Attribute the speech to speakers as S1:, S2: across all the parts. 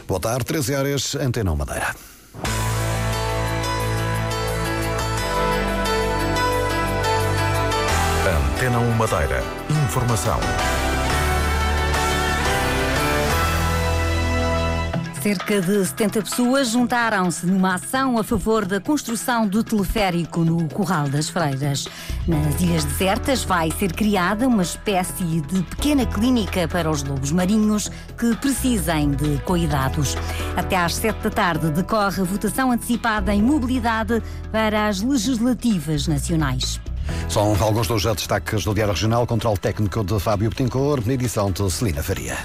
S1: Boa tarde, 13 horas, Antena 1 Madeira.
S2: Antena 1 Madeira. Informação.
S3: Cerca de 70 pessoas juntaram-se numa ação a favor da construção do teleférico no Curral das Freiras. Nas Ilhas Desertas vai ser criada uma espécie de pequena clínica para os lobos marinhos que precisem de cuidados. Até às 7 da tarde decorre a votação antecipada em mobilidade para as legislativas nacionais.
S1: São alguns dos destaques do Diário Regional, controle técnico de Fábio Betancourt, na edição de Celina Faria.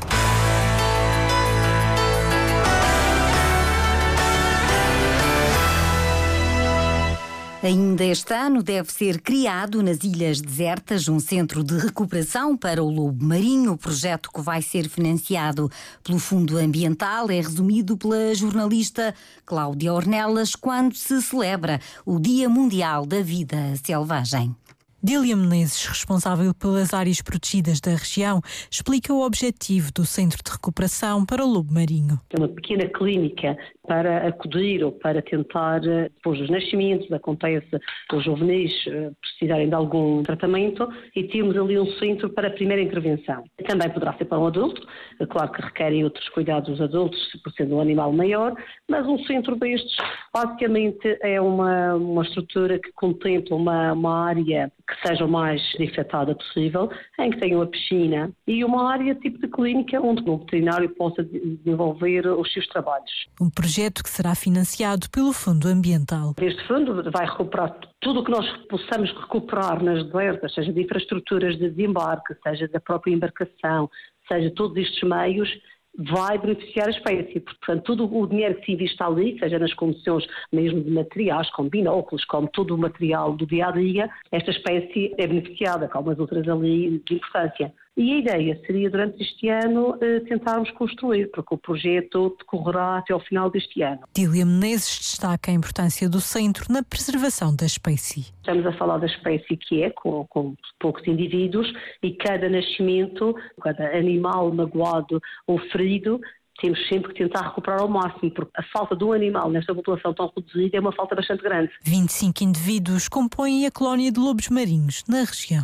S3: Ainda este ano deve ser criado nas Ilhas Desertas um centro de recuperação para o lobo marinho. O projeto, que vai ser financiado pelo Fundo Ambiental, é resumido pela jornalista Cláudia Ornelas quando se celebra o Dia Mundial da Vida Selvagem.
S4: Dília Menezes, responsável pelas áreas protegidas da região, explica o objetivo do Centro de Recuperação para o Lobo Marinho.
S5: É uma pequena clínica para acudir ou para tentar, depois dos nascimentos, acontece os juvenis precisarem de algum tratamento e temos ali um centro para a primeira intervenção. Também poderá ser para um adulto, claro que requerem outros cuidados os adultos, por sendo um animal maior, mas um centro destes basicamente é uma estrutura que contempla uma área que seja o mais desinfetada possível, em que tenha uma piscina e uma área tipo de clínica onde o veterinário possa desenvolver os seus trabalhos.
S4: Um projeto que será financiado pelo Fundo Ambiental.
S5: Este fundo vai recuperar tudo o que nós possamos recuperar nas desertas, seja de infraestruturas de desembarque, seja da própria embarcação, seja todos estes meios, vai beneficiar a espécie. Portanto, todo o dinheiro que se investe ali, seja nas condições mesmo de materiais, como binóculos, como todo o material do dia-a-dia, esta espécie é beneficiada, como as outras ali de importância. E a ideia seria, durante este ano, tentarmos construir, porque o projeto decorrerá até ao final deste ano.
S4: Dília Menezes destaca a importância do centro na preservação da espécie.
S5: Estamos a falar da espécie que é, com poucos indivíduos, e cada nascimento, cada animal magoado ou ferido, temos sempre que tentar recuperar ao máximo, porque a falta de um animal nesta população tão reduzida é uma falta bastante grande.
S4: 25 indivíduos compõem a colónia de lobos marinhos na região.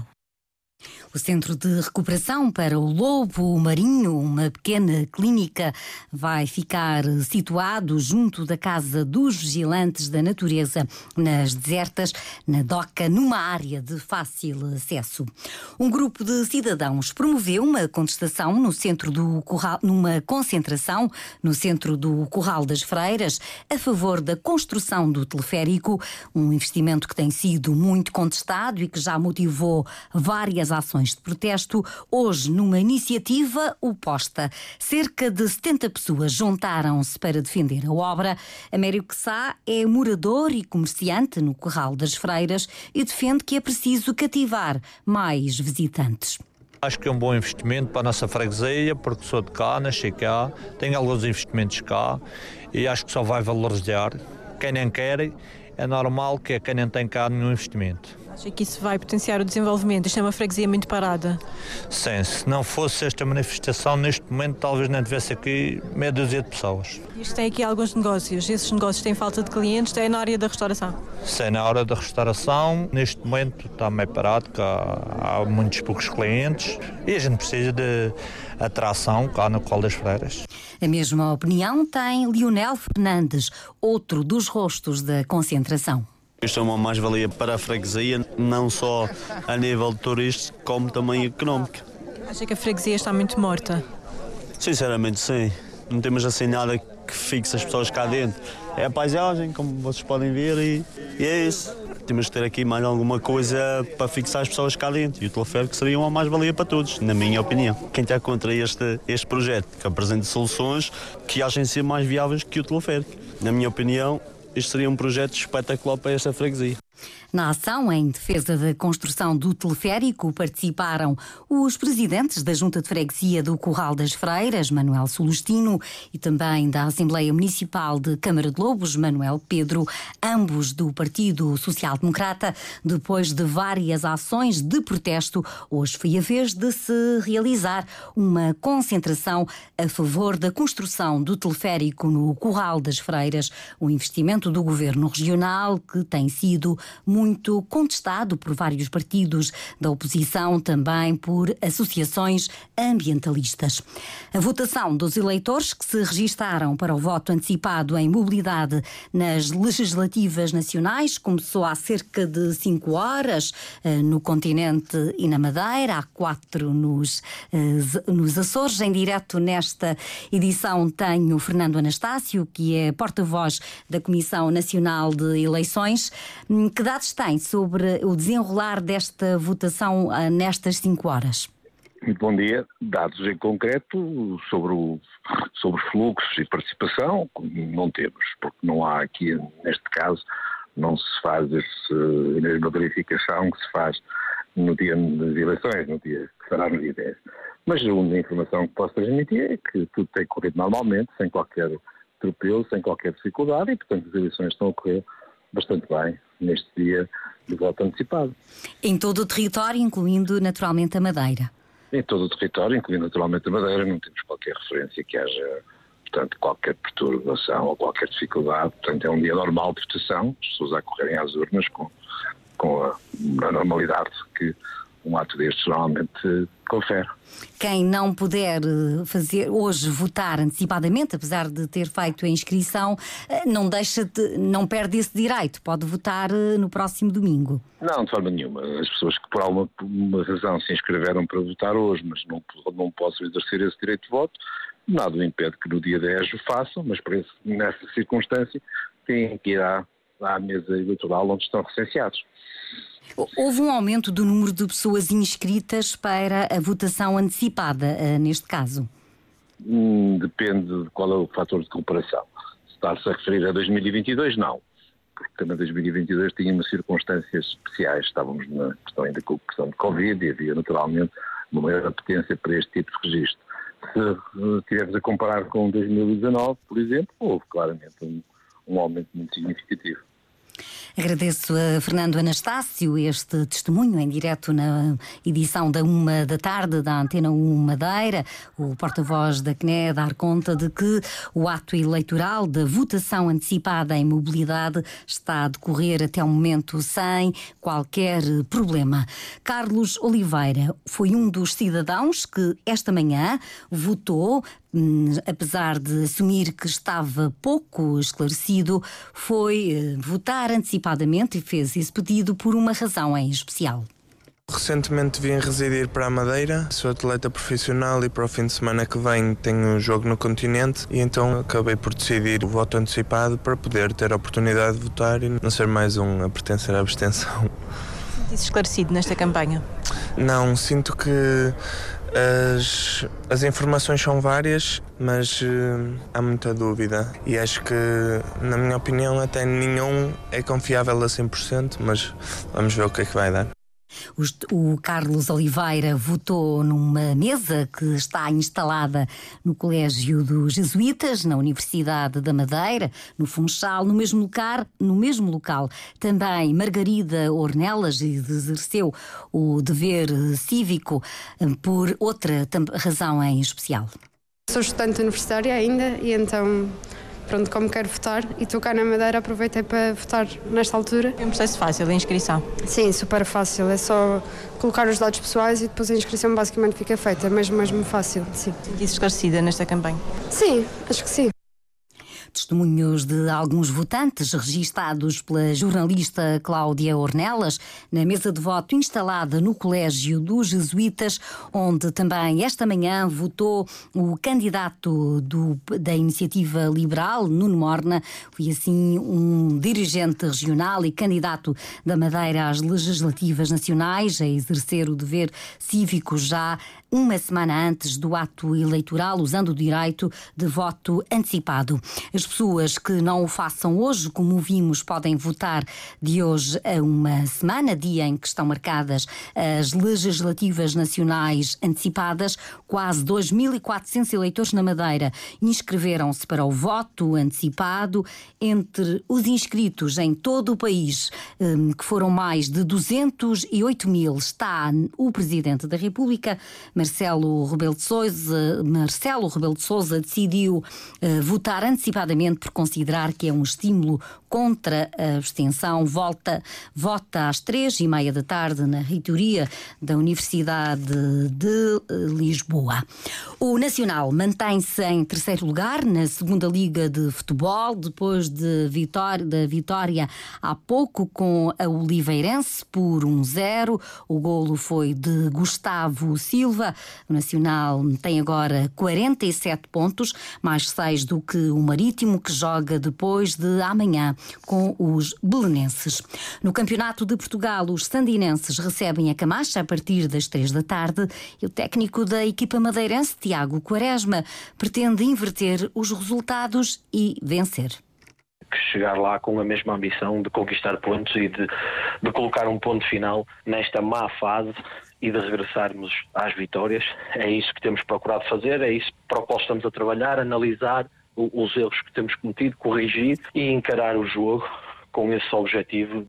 S3: O Centro de Recuperação para o Lobo Marinho, uma pequena clínica, vai ficar situado junto da Casa dos Vigilantes da Natureza, nas Desertas, na Doca, numa área de fácil acesso. Um grupo de cidadãos promoveu uma concentração no centro do Curral das Freiras a favor da construção do teleférico, um investimento que tem sido muito contestado e que já motivou várias ações de protesto. Hoje, numa iniciativa oposta, cerca de 70 pessoas juntaram-se para defender a obra. Américo Quessá é morador e comerciante no Curral das Freiras e defende que é preciso cativar mais visitantes.
S6: Acho que é um bom investimento para a nossa freguesia, porque sou de cá, nasci cá, tenho alguns investimentos cá e acho que só vai valorizar. Quem nem quer, é normal que quem não tem cá nenhum investimento.
S4: Acha que isso vai potenciar o desenvolvimento? Isto é uma freguesia muito parada.
S6: Sim, se não fosse esta manifestação, neste momento talvez não tivesse aqui meia dúzia de pessoas.
S4: Isto tem aqui alguns negócios. Esses negócios têm falta de clientes, é na área da restauração?
S6: Sim, na hora da restauração, neste momento está meio parado, que há muitos poucos clientes e a gente precisa de atração cá no Curral das Freiras.
S3: A mesma opinião tem Leonel Fernandes, outro dos rostos da concentração.
S7: Isto é uma mais-valia para a freguesia, não só a nível turístico, como também económico.
S4: Acha que a freguesia está muito morta?
S7: Sinceramente, sim. Não temos assim nada que fixe as pessoas cá dentro. É a paisagem, como vocês podem ver, e é isso. Temos de ter aqui mais alguma coisa para fixar as pessoas cá dentro. E o teleférico seria uma mais-valia para todos, na minha opinião. Quem está contra este projeto, que apresente soluções que achem ser mais viáveis que o teleférico. Na minha opinião, isto seria um projeto espetacular para esta freguesia.
S3: Na ação em defesa da construção do teleférico participaram os presidentes da Junta de Freguesia do Curral das Freiras, Manuel Celestino, e também da Assembleia Municipal de Câmara de Lobos, Manuel Pedro, ambos do Partido Social Democrata. Depois de várias ações de protesto, hoje foi a vez de se realizar uma concentração a favor da construção do teleférico no Curral das Freiras, um investimento do Governo Regional que tem sido muito contestado por vários partidos da oposição, também por associações ambientalistas. A votação dos eleitores que se registaram para o voto antecipado em mobilidade nas legislativas nacionais começou há cerca de 5 horas no continente e na Madeira, há 4 nos Açores. Em direto nesta edição tenho o Fernando Anastácio, que é porta-voz da Comissão Nacional de Eleições. Que dados tem sobre o desenrolar desta votação nestas 5 horas?
S8: Muito bom dia. Dados em concreto sobre os fluxos e participação não temos, porque não há aqui, neste caso, não se faz a mesma verificação que se faz no dia das eleições, no dia que será no dia 10. Mas a única informação que posso transmitir é que tudo tem corrido normalmente, sem qualquer atropelo, sem qualquer dificuldade, e portanto as eleições estão a correr bastante bem neste dia de voto antecipado.
S3: Em todo o território, incluindo naturalmente a Madeira?
S8: Em todo o território, incluindo naturalmente a Madeira, não temos qualquer referência que haja, portanto, qualquer perturbação ou qualquer dificuldade. Portanto, é um dia normal de votação, as pessoas a correrem às urnas com a normalidade que um ato destes normalmente confere.
S3: Quem não puder hoje votar antecipadamente, apesar de ter feito a inscrição, não perde esse direito, pode votar no próximo domingo.
S8: Não, de forma nenhuma. As pessoas que por alguma razão se inscreveram para votar hoje, mas não possam exercer esse direito de voto, nada o impede que no dia 10 o façam, mas nessa circunstância têm que ir à mesa eleitoral onde estão recenseados.
S3: Houve um aumento do número de pessoas inscritas para a votação antecipada, neste caso?
S8: Depende de qual é o fator de comparação. Se está-se a referir a 2022, não. Porque também 2022 tínhamos circunstâncias especiais. Estávamos na questão ainda com a questão de Covid e havia naturalmente uma maior apetência para este tipo de registro. Se estivermos a comparar com 2019, por exemplo, houve claramente um aumento muito significativo.
S3: Agradeço a Fernando Anastácio este testemunho em direto na edição da 1 da tarde da Antena 1 Madeira. O porta-voz da CNE dar conta de que o ato eleitoral da votação antecipada em mobilidade está a decorrer até o momento sem qualquer problema. Carlos Oliveira foi um dos cidadãos que esta manhã votou. Apesar de assumir que estava pouco esclarecido, foi votar antecipadamente e fez esse pedido por uma razão em especial.
S9: Recentemente vim residir para a Madeira, sou atleta profissional e para o fim de semana que vem tenho um jogo no continente e então acabei por decidir o voto antecipado para poder ter a oportunidade de votar e não ser mais um a pertencer à abstenção.
S4: Sentiste esclarecido nesta campanha?
S9: Não, sinto que as informações são várias, mas há muita dúvida e acho que, na minha opinião, até nenhum é confiável a 100%, mas vamos ver o que é que vai dar.
S3: O Carlos Oliveira votou numa mesa que está instalada no Colégio dos Jesuítas, na Universidade da Madeira, no Funchal, no mesmo local. Também Margarida Ornelas exerceu o dever cívico por outra razão em especial.
S10: Sou estudante universitária ainda e então... Pronto, como quero votar e estou cá na Madeira, aproveitei para votar nesta altura.
S4: É um processo fácil, a inscrição?
S10: Sim, super fácil. É só colocar os dados pessoais e depois a inscrição basicamente fica feita. É mesmo fácil, sim.
S4: Sentiste esclarecida nesta campanha?
S10: Sim, acho que sim.
S3: Testemunhos de alguns votantes registados pela jornalista Cláudia Ornelas na mesa de voto instalada no Colégio dos Jesuítas, onde também esta manhã votou o candidato da Iniciativa Liberal, Nuno Morna. Foi assim um dirigente regional e candidato da Madeira às legislativas nacionais a exercer o dever cívico já uma semana antes do ato eleitoral, usando o direito de voto antecipado. A As pessoas que não o façam hoje, como vimos, podem votar de hoje a uma semana, dia em que estão marcadas as legislativas nacionais antecipadas. Quase 2.400 eleitores na Madeira inscreveram-se para o voto antecipado. Entre os inscritos em todo o país, que foram mais de 208 mil, está o Presidente da República, Marcelo Rebelo de Sousa decidiu votar antecipadamente por considerar que é um estímulo contra a abstenção. Vota às 3h30 da tarde na reitoria da Universidade de Lisboa. O Nacional mantém-se em terceiro lugar na segunda Liga de Futebol, depois da vitória há pouco com a Oliveirense por 1-0. O golo foi de Gustavo Silva. O Nacional tem agora 47 pontos, mais 6 do que o Marítimo, que joga depois de amanhã com os belenenses. No Campeonato de Portugal, os sandinenses recebem a Camacha a partir das 3 da tarde e o técnico da equipa madeirense, Tiago Quaresma, pretende inverter os resultados e vencer.
S11: Chegar lá com a mesma ambição de conquistar pontos e de colocar um ponto final nesta má fase e de regressarmos às vitórias. É isso que temos procurado fazer, é isso para o qual estamos a trabalhar, analisar os erros que temos cometido, corrigir e encarar o jogo com esse objetivo.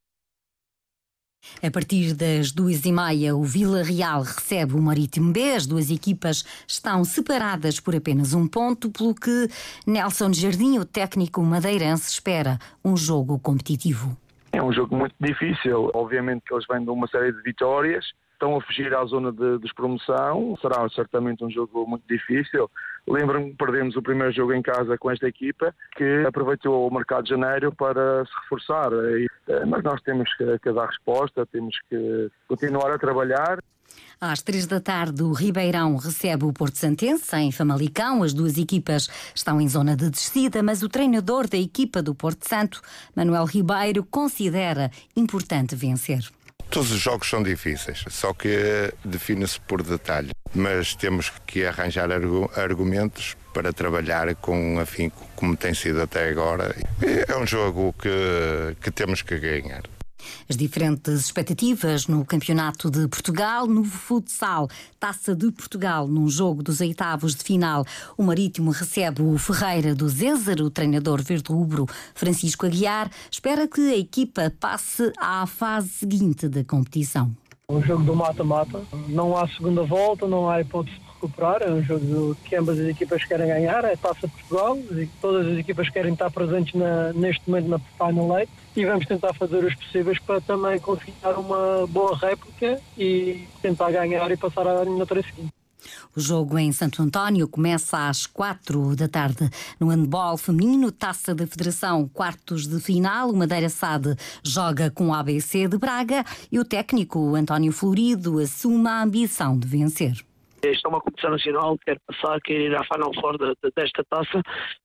S3: A partir das 2h30, o Vila Real recebe o Marítimo B. As duas equipas estão separadas por apenas um ponto, pelo que Nelson Jardim, o técnico madeirense, espera um jogo competitivo.
S12: É um jogo muito difícil. Obviamente que eles vêm de uma série de vitórias, estão a fugir à zona de despromoção. Será certamente um jogo muito difícil. Lembro-me que perdemos o primeiro jogo em casa com esta equipa, que aproveitou o mercado de janeiro para se reforçar. Mas nós temos que dar resposta, temos que continuar a trabalhar.
S3: Às 3 da tarde, o Ribeirão recebe o Porto Santense em Famalicão. As duas equipas estão em zona de descida, mas o treinador da equipa do Porto Santo, Manuel Ribeiro, considera importante vencer.
S13: Todos os jogos são difíceis, só que define-se por detalhe. Mas temos que arranjar argumentos para trabalhar com afinco, como tem sido até agora. É um jogo que temos que ganhar.
S3: As diferentes expectativas no Campeonato de Portugal. No futsal, Taça de Portugal, num jogo dos oitavos de final, o Marítimo recebe o Ferreira do Zézer. O treinador verde-rubro, Francisco Aguiar, espera que a equipa passe à fase seguinte da competição.
S14: É um jogo do mata-mata, não há segunda volta, não há hipótese de recuperar, é um jogo que ambas as equipas querem ganhar, é a Taça de Portugal, e todas as equipas querem estar presentes neste momento na Final Eight, e vamos tentar fazer os possíveis para também conseguir dar uma boa réplica e tentar ganhar e passar à eliminatória seguinte.
S3: O jogo em Santo António começa às 4 da tarde. No handball feminino, Taça da Federação, quartos de final, o Madeira SAD joga com o ABC de Braga e o técnico António Florido assume a ambição de vencer.
S15: Esta é uma competição nacional, quer passar, quer ir à Final Four desta taça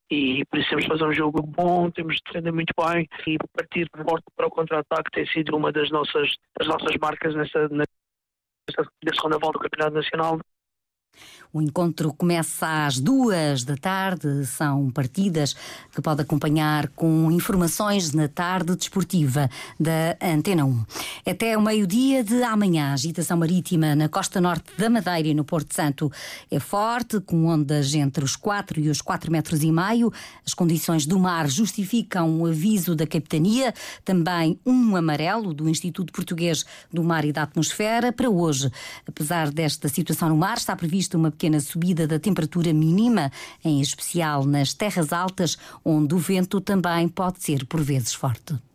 S15: e por isso temos de fazer um jogo bom, temos de defender muito bem e partir forte para o contra-ataque tem sido uma das nossas marcas nesta segunda volta do Campeonato Nacional.
S3: O encontro começa às 2 da tarde. São partidas que pode acompanhar com informações na tarde desportiva da Antena 1. Até o meio-dia de amanhã, a agitação marítima na costa norte da Madeira e no Porto Santo é forte, com ondas entre os 4 e os 4,5 metros. As condições do mar justificam um aviso da Capitania, também um amarelo do Instituto Português do Mar e da Atmosfera para hoje. Apesar desta situação no mar, está prevista uma pequena subida da temperatura mínima, em especial nas terras altas, onde o vento também pode ser por vezes forte.